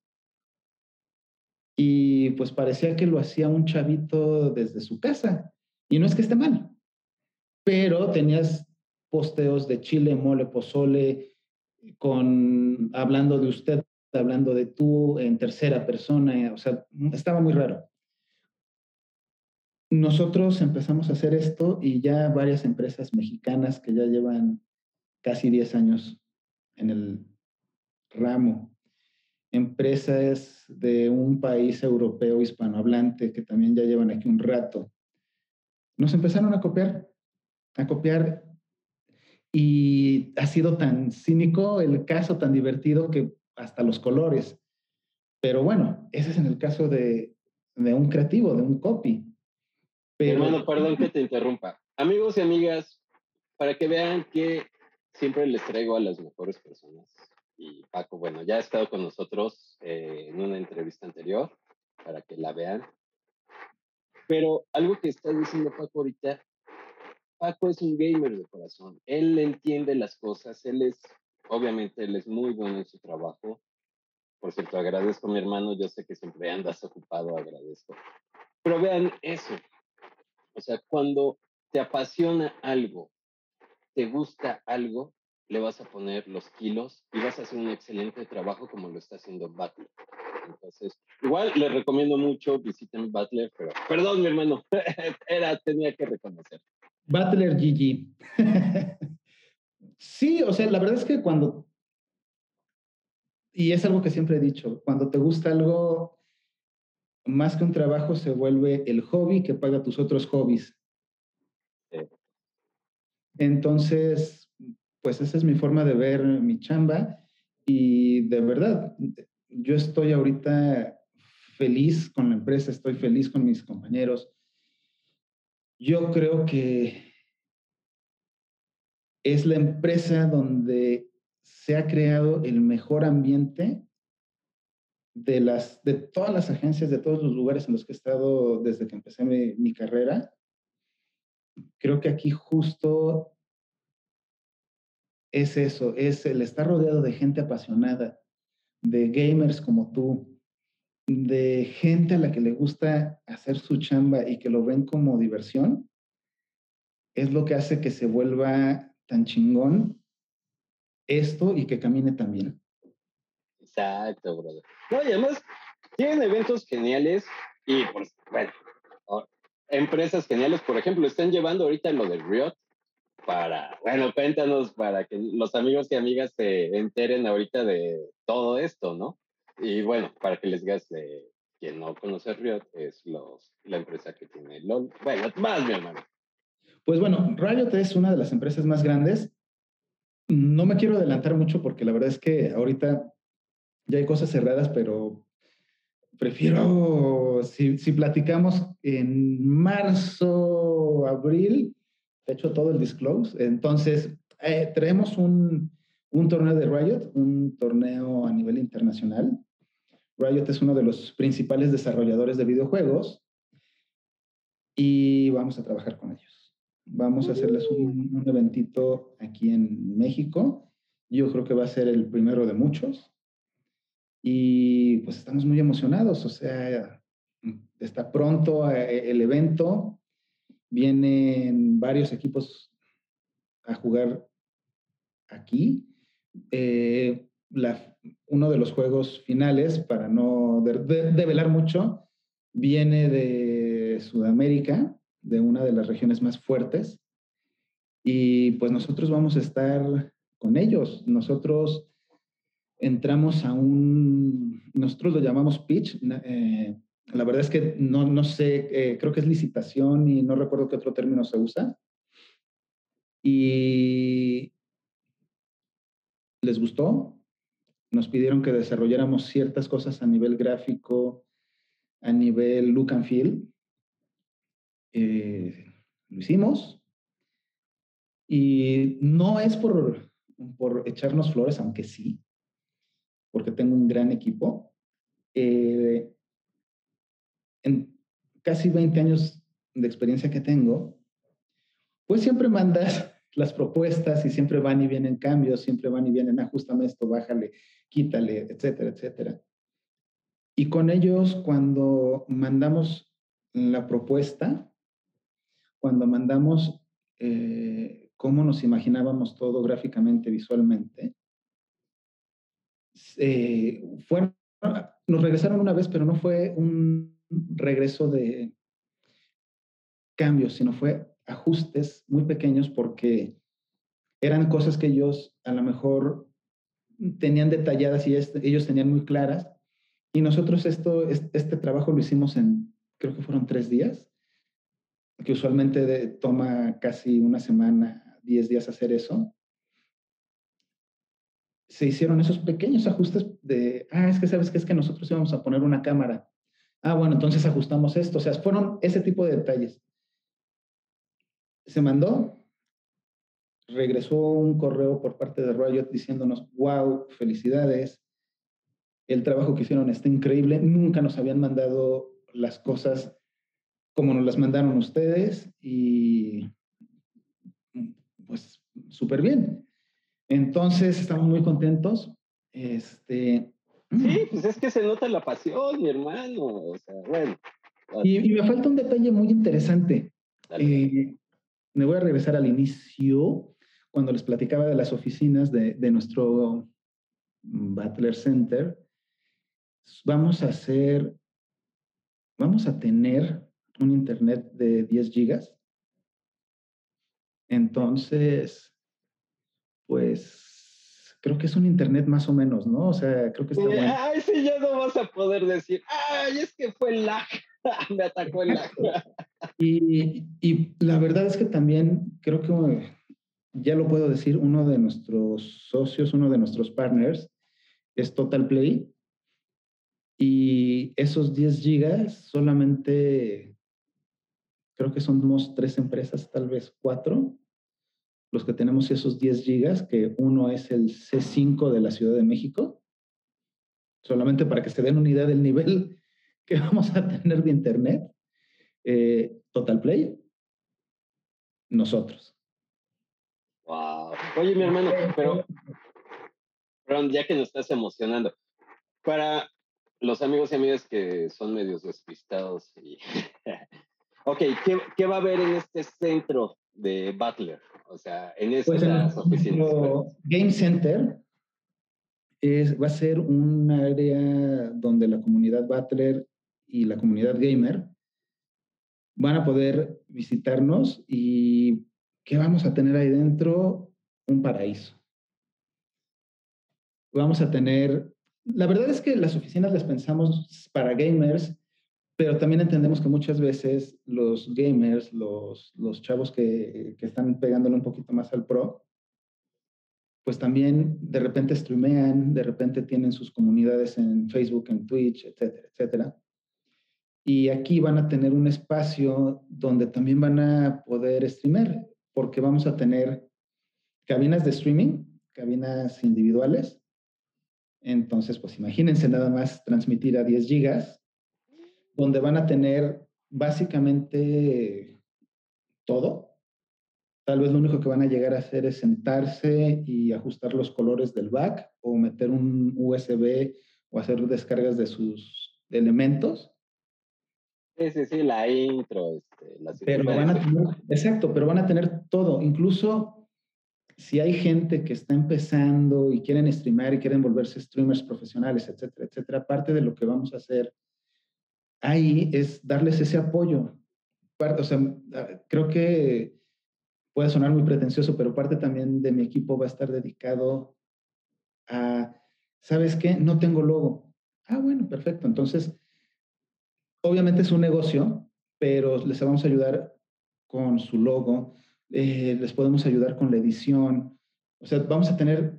y pues parecía que lo hacía un chavito desde su casa. Y no es que esté mal, pero tenías posteos de chile, mole, pozole, con, hablando de usted, hablando de tú en tercera persona, o sea, estaba muy raro. Nosotros empezamos a hacer esto y ya varias empresas mexicanas que ya llevan casi diez años en el ramo, empresas de un país europeo hispanohablante que también ya llevan aquí un rato, nos empezaron a copiar, a copiar y ha sido tan cínico el caso, tan divertido que hasta los colores. Pero bueno, ese es en el caso de, de un creativo, de un copy. Pero... Hermano, perdón que te interrumpa. Amigos y amigas, para que vean que siempre les traigo a las mejores personas. Y Paco, bueno, ya ha estado con nosotros eh, en una entrevista anterior, para que la vean. Pero algo que está diciendo Paco ahorita, Paco es un gamer de corazón. Él entiende las cosas, él es, obviamente, él es muy bueno en su trabajo. Por cierto, agradezco a mi hermano, yo sé que siempre andas ocupado, agradezco. Pero vean eso. O sea, cuando te apasiona algo, te gusta algo, le vas a poner los kilos y vas a hacer un excelente trabajo como lo está haciendo Butler. Entonces, igual les recomiendo mucho, visiten Butler, pero perdón, mi hermano, era, tenía que reconocer. Butler G G. Sí, o sea, la verdad es que cuando, y es algo que siempre he dicho, cuando te gusta algo, más que un trabajo, se vuelve el hobby que paga tus otros hobbies. Sí. Entonces, pues esa es mi forma de ver mi chamba y de verdad, yo estoy ahorita feliz con la empresa, estoy feliz con mis compañeros. yo creo que es la empresa donde se ha creado el mejor ambiente de, las, de todas las agencias, de todos los lugares en los que he estado desde que empecé mi, mi carrera. Creo que aquí justo es eso, es el estar rodeado de gente apasionada, de gamers como tú, de gente a la que le gusta hacer su chamba y que lo ven como diversión, es lo que hace que se vuelva tan chingón esto y que camine tan bien. Exacto, brother. No, y además tienen eventos geniales y, pues, bueno, oh, empresas geniales. Por ejemplo, están llevando ahorita lo de Riot para, bueno, cuéntanos para que los amigos y amigas se enteren ahorita de todo esto, ¿no? Y bueno, para que les digas, eh, quien no conoce Riot es los, la empresa que tiene LOL. Bueno, más mi hermano. Pues bueno, Riot es una de las empresas más grandes. No me quiero adelantar mucho porque la verdad es que ahorita ya hay cosas cerradas, pero prefiero, si, si platicamos en marzo, abril, de hecho todo el disclose. Entonces, eh, traemos un, un torneo de Riot, un torneo a nivel internacional. Riot es uno de los principales desarrolladores de videojuegos y vamos a trabajar con ellos. Vamos a hacerles un, un eventito aquí en México. Yo creo que va a ser el primero de muchos. Y pues estamos muy emocionados. O sea, está pronto el evento. Vienen varios equipos a jugar aquí. Eh, la, uno de los juegos finales, para no de, de, develar mucho, viene de Sudamérica, de una de las regiones más fuertes, y pues nosotros vamos a estar con ellos. Nosotros entramos a un, nosotros lo llamamos pitch, eh, la verdad es que no, no sé, eh, creo que es licitación y no recuerdo qué otro término se usa, y les gustó, nos pidieron que desarrolláramos ciertas cosas a nivel gráfico, a nivel look and feel, eh, lo hicimos. Y no es por, por echarnos flores, aunque sí, porque tengo un gran equipo. Eh, en casi veinte años de experiencia que tengo, pues siempre mandas las propuestas y siempre van y vienen cambios, siempre van y vienen, ajustame esto, bájale, quítale, etcétera, etcétera. Y con ellos, cuando mandamos la propuesta, cuando mandamos eh, cómo nos imaginábamos todo gráficamente, visualmente, eh, fueron, nos regresaron una vez, pero no fue un regreso de cambios, sino fue ajustes muy pequeños porque eran cosas que ellos a lo mejor tenían detalladas y este, ellos tenían muy claras. Y nosotros esto, este trabajo lo hicimos en, creo que fueron tres días, que usualmente de, toma casi una semana, diez días hacer eso. Se hicieron esos pequeños ajustes de, ah, es que sabes que es que nosotros íbamos a poner una cámara. Ah, bueno, entonces ajustamos esto. O sea, fueron ese tipo de detalles. Se mandó, regresó un correo por parte de Riot diciéndonos, wow, felicidades, el trabajo que hicieron está increíble, nunca nos habían mandado las cosas como nos las mandaron ustedes y pues súper bien. Entonces estamos muy contentos. Este, sí, pues es que se nota la pasión, mi hermano. O sea, bueno. Y, y me falta un detalle muy interesante. Eh, me voy a regresar al inicio, cuando les platicaba de las oficinas de, de nuestro Battler Center. Vamos a hacer, vamos a tener un internet de diez gigas. Entonces, pues, creo que es un internet más o menos, ¿no? O sea, creo que está bueno. Ay, sí, ya no vas a poder decir, ay, es que fue el lag. Me atacó el lag. Y, y la verdad es que también creo que, ya lo puedo decir, uno de nuestros socios, uno de nuestros partners es Total Play. Y esos diez gigas solamente creo que somos tres empresas, tal vez cuatro, los que tenemos esos diez gigas, que uno es el C cinco de la Ciudad de México, solamente para que se den una idea del nivel que vamos a tener de internet. Eh, Total Play, nosotros. Wow. Oye, mi hermano, pero, pero ya que nos estás emocionando, para los amigos y amigas que son medios despistados y... ok, ¿qué, ¿qué va a haber en este centro de Butler? O sea, en Pues en estas oficinas. nuestro Game Center es, va a ser un área donde la comunidad Butler y la comunidad gamer van a poder visitarnos. ¿Y qué vamos a tener ahí dentro? Un paraíso. Vamos a tener... La verdad es que las oficinas las pensamos para gamers, pero también entendemos que muchas veces los gamers, los, los chavos que, que están pegándole un poquito más al pro, pues también de repente streamean, de repente tienen sus comunidades en Facebook, en Twitch, etcétera, etcétera. Y aquí van a tener un espacio donde también van a poder streamear, porque vamos a tener cabinas de streaming, cabinas individuales. Entonces, pues imagínense nada más transmitir a diez gigas, donde van a tener básicamente todo. Tal vez lo único que van a llegar a hacer es sentarse y ajustar los colores del back o meter un U S B o hacer descargas de sus elementos. Sí, sí, sí, la intro, este, la Pero van a tener, exacto, pero van a tener todo. Incluso si hay gente que está empezando y quieren streamar y quieren volverse streamers profesionales, etcétera, etcétera, parte de lo que vamos a hacer ahí es darles ese apoyo. Parte, o sea, creo que puede sonar muy pretencioso, pero parte también de mi equipo va a estar dedicado a, ¿sabes qué? No tengo logo. Ah, bueno, perfecto. Entonces, obviamente es un negocio, pero les vamos a ayudar con su logo, eh, les podemos ayudar con la edición. O sea, vamos a tener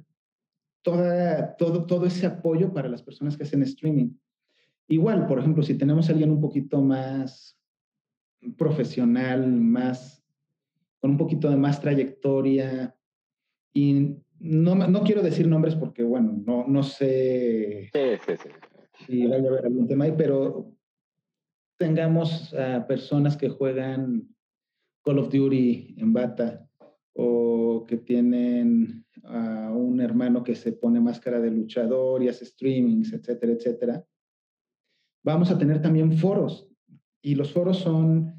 toda, todo, todo ese apoyo para las personas que hacen streaming. Igual, por ejemplo, si tenemos a alguien un poquito más profesional, más con un poquito de más trayectoria, y no, no quiero decir nombres porque, bueno, no, no sé sí, sí, sí. si vaya a haber algún tema ahí, pero tengamos a personas que juegan Call of Duty en bata o que tienen a un hermano que se pone máscara de luchador y hace streamings, etcétera, etcétera. Vamos a tener también foros, y los foros son,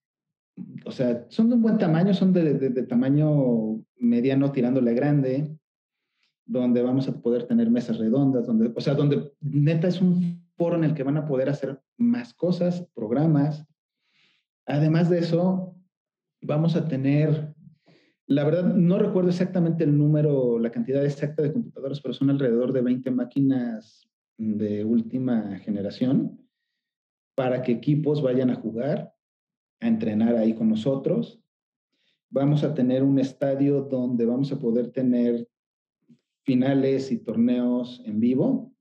o sea, son de un buen tamaño, son de, de, de tamaño mediano tirándole a grande, donde vamos a poder tener mesas redondas, donde, o sea, donde neta es un foro en el que van a poder hacer más cosas, programas. Además de eso, vamos a tener, la verdad, no recuerdo exactamente el número, la cantidad exacta de computadoras, pero son alrededor de veinte máquinas de última generación para que equipos vayan a jugar, a entrenar ahí con nosotros. Vamos a tener un estadio donde vamos a poder tener finales y torneos en vivo.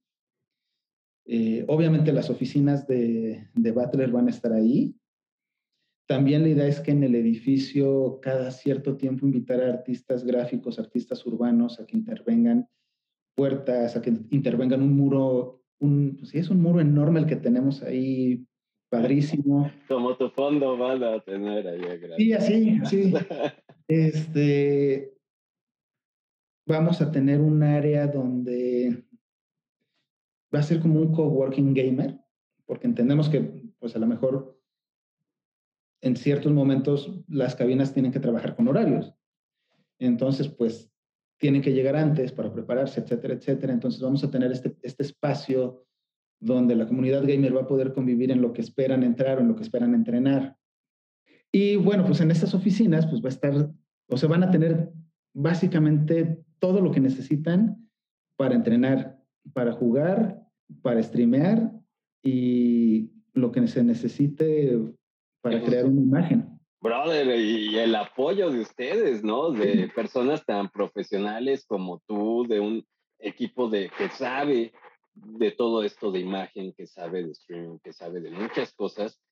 Eh, obviamente las oficinas de, de Butler van a estar ahí. También la idea es que en el edificio cada cierto tiempo invitar a artistas gráficos, artistas urbanos a que intervengan puertas, a que intervengan un muro, un, pues sí, es un muro enorme el que tenemos ahí, padrísimo. Como tu fondo van a tener ahí. Sí, así, así. Este, vamos a tener un área donde va a ser como un coworking gamer, porque entendemos que pues a lo mejor en ciertos momentos las cabinas tienen que trabajar con horarios. Entonces, pues, tienen que llegar antes para prepararse, etcétera, etcétera. Entonces, vamos a tener este, este espacio donde la comunidad gamer va a poder convivir en lo que esperan entrar o en lo que esperan entrenar. Y bueno, pues en estas oficinas, pues va a estar, o sea, van a tener básicamente todo lo que necesitan para entrenar, para jugar, para streamear y lo que se necesite para crear una imagen. Brother, y el apoyo de ustedes, ¿no? De personas tan profesionales como tú, de un equipo de, que sabe de todo esto de imagen, que sabe de streaming, que sabe de muchas cosas.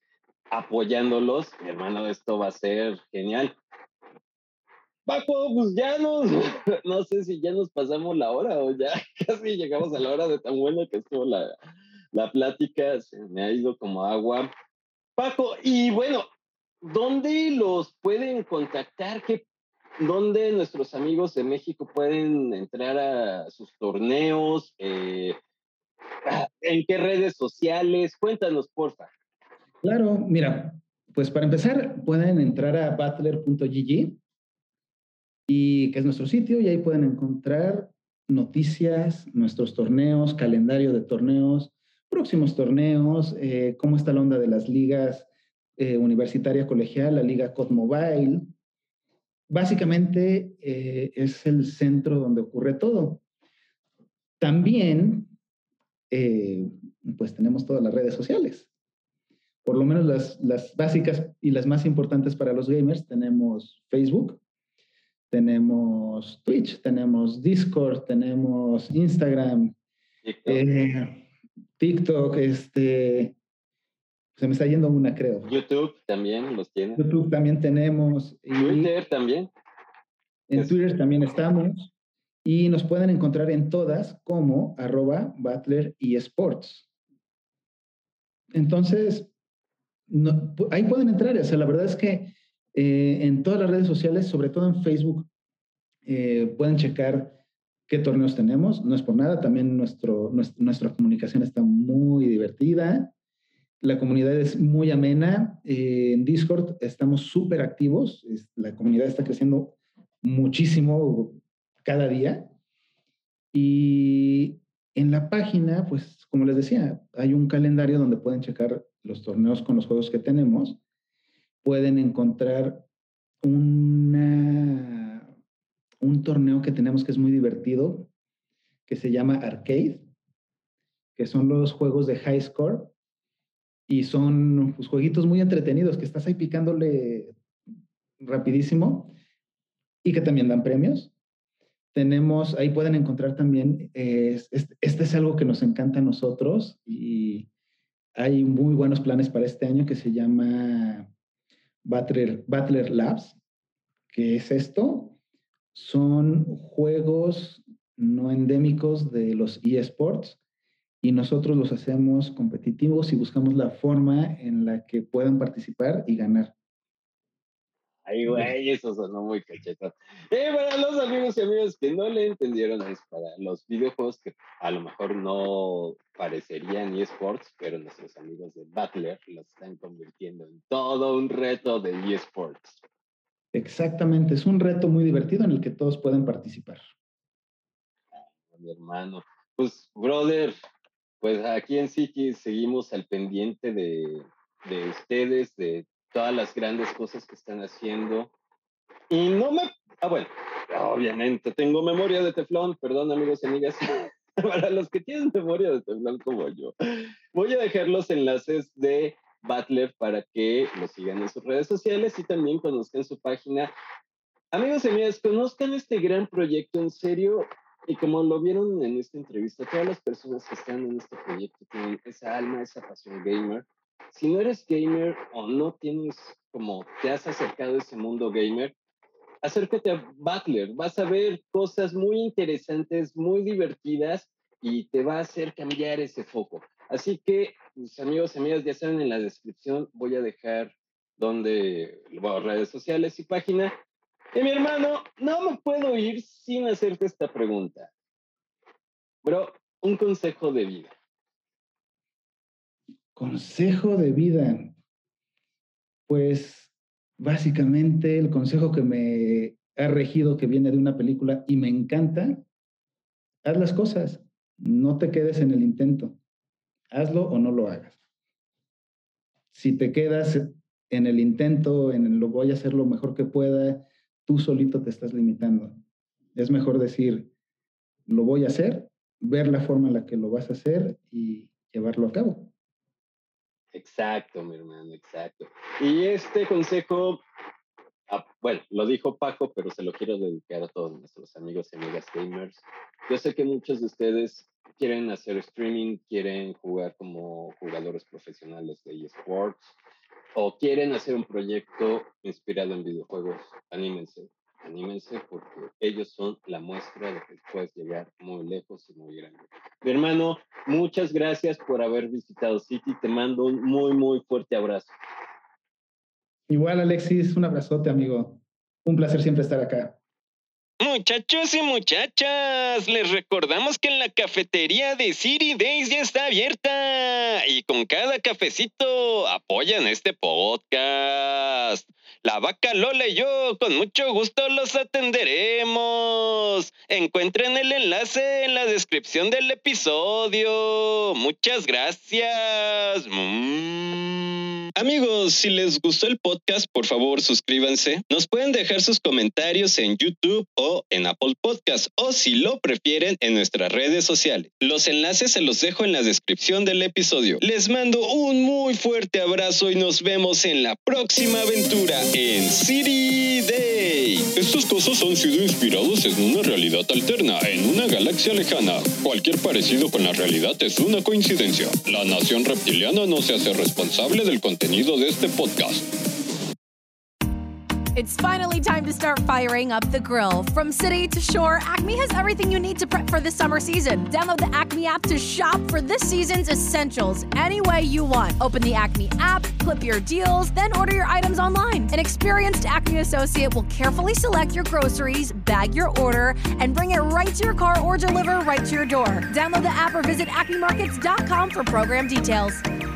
apoyándolos. Mi hermano, esto va a ser genial. Paco, pues ya nos, no sé si ya nos pasamos la hora o ya casi llegamos a la hora de tan buena que estuvo la, la plática, se me ha ido como agua. Paco, y bueno, ¿dónde los pueden contactar? ¿Qué, ¿Dónde nuestros amigos de México pueden entrar a sus torneos? Eh, ¿En qué redes sociales? Cuéntanos, porfa. Claro, mira, pues para empezar pueden entrar a battler punto g g y que es nuestro sitio y ahí pueden encontrar noticias, nuestros torneos, calendario de torneos, próximos torneos, eh, cómo está la onda de las ligas eh, universitaria colegial, la liga C O D Mobile. Básicamente eh, es el centro donde ocurre todo. También, eh, pues tenemos todas las redes sociales. Por lo menos las, las básicas y las más importantes para los gamers. Tenemos Facebook, tenemos Twitch, tenemos Discord, tenemos Instagram, TikTok, eh, TikTok, este, se me está yendo una, creo. YouTube también los tiene. YouTube también tenemos. Y Twitter también. en Es- Twitter también estamos. Y nos pueden encontrar en todas como arroba Battler eSports. Entonces, no, ahí pueden entrar. O sea, la verdad es que eh, en todas las redes sociales, sobre todo en Facebook, eh, pueden checar qué torneos tenemos. No es por nada, también nuestro, nuestra, nuestra comunicación está muy divertida. La comunidad es muy amena. Eh, en Discord estamos súper activos. Es, la comunidad está creciendo muchísimo cada día. Y en la página, pues, como les decía, hay un calendario donde pueden checar los torneos con los juegos que tenemos. Pueden encontrar una, un torneo que tenemos que es muy divertido, que se llama Arcade, que son los juegos de high score. Y son pues, jueguitos muy entretenidos que estás ahí picándole rapidísimo y que también dan premios. Tenemos, ahí pueden encontrar también, eh, este, este es algo que nos encanta a nosotros y hay muy buenos planes para este año que se llama Battler, Battler Labs. ¿Qué es esto? Son juegos no endémicos de los eSports y nosotros los hacemos competitivos y buscamos la forma en la que puedan participar y ganar. Ay, güey, eso sonó muy cachetón. Eh, para los amigos y amigas que no le entendieron, es para los videojuegos que a lo mejor no parecerían eSports, pero nuestros amigos de Battler los están convirtiendo en todo un reto de eSports. Exactamente, es un reto muy divertido en el que todos pueden participar. Mi hermano. Pues, brother, pues aquí en Siki seguimos al pendiente de, de ustedes, de todas las grandes cosas que están haciendo. Y no me... Ah, bueno, obviamente tengo memoria de teflón, perdón amigos y amigas, para los que tienen memoria de teflón como yo. Voy a dejar los enlaces de Battler para que lo sigan en sus redes sociales y también conozcan su página. Amigos y amigas, conozcan este gran proyecto en serio. Y como lo vieron en esta entrevista, todas las personas que están en este proyecto tienen esa alma, esa pasión gamer. Si no eres gamer o no tienes como te has acercado a ese mundo gamer, acércate a Battler. Vas a ver cosas muy interesantes, muy divertidas y te va a hacer cambiar ese foco. Así que, mis amigos y amigas, ya saben, en la descripción voy a dejar donde, bueno, redes sociales y página. Y mi hermano, no me puedo ir sin hacerte esta pregunta. Bro, un consejo de vida. Consejo de vida. Pues básicamente el consejo que me ha regido, que viene de una película y me encanta, haz las cosas, no te quedes en el intento, hazlo o no lo hagas. Si te quedas en el intento, en el lo voy a hacer lo mejor que pueda, tú solito te estás limitando. Es mejor decir, lo voy a hacer, ver la forma en la que lo vas a hacer y llevarlo a cabo. Exacto, mi hermano, exacto. Y este consejo, ah, bueno, lo dijo Paco, pero se lo quiero dedicar a todos nuestros amigos y amigas gamers. Yo sé que muchos de ustedes quieren hacer streaming, quieren jugar como jugadores profesionales de eSports, o quieren hacer un proyecto inspirado en videojuegos, anímense, anímense porque ellos son la muestra de que puedes llegar muy lejos y muy grande. Mi hermano, muchas gracias por haber visitado City, te mando un muy, muy fuerte abrazo. Igual, Alexis, un abrazote, amigo. Un placer siempre estar acá. Muchachos y muchachas, les recordamos que en la cafetería de City Days ya está abierta y con cada cafecito apoyan este podcast. La vaca Lola y yo con mucho gusto los atenderemos. Encuentren el enlace en la descripción del episodio. Muchas gracias. Mm. Amigos, si les gustó el podcast, por favor suscríbanse. Nos pueden dejar sus comentarios en YouTube o en Apple Podcast, o si lo prefieren, en nuestras redes sociales. Los enlaces se los dejo en la descripción del episodio. Les mando un muy fuerte abrazo y nos vemos en la próxima aventura en City Day. Estos cosas han sido inspirados en una realidad alterna, en una galaxia lejana. Cualquier parecido con la realidad es una coincidencia. La nación reptiliana no se hace responsable del contenido de este podcast. It's finally time to start firing up the grill. From city to shore, Acme has everything you need to prep for the summer season. Download the Acme app to shop for this season's essentials any way you want. Open the Acme app, clip your deals, then order your items online. An experienced Acme associate will carefully select your groceries, bag your order, and bring it right to your car or deliver right to your door. Download the app or visit acme markets dot com for program details.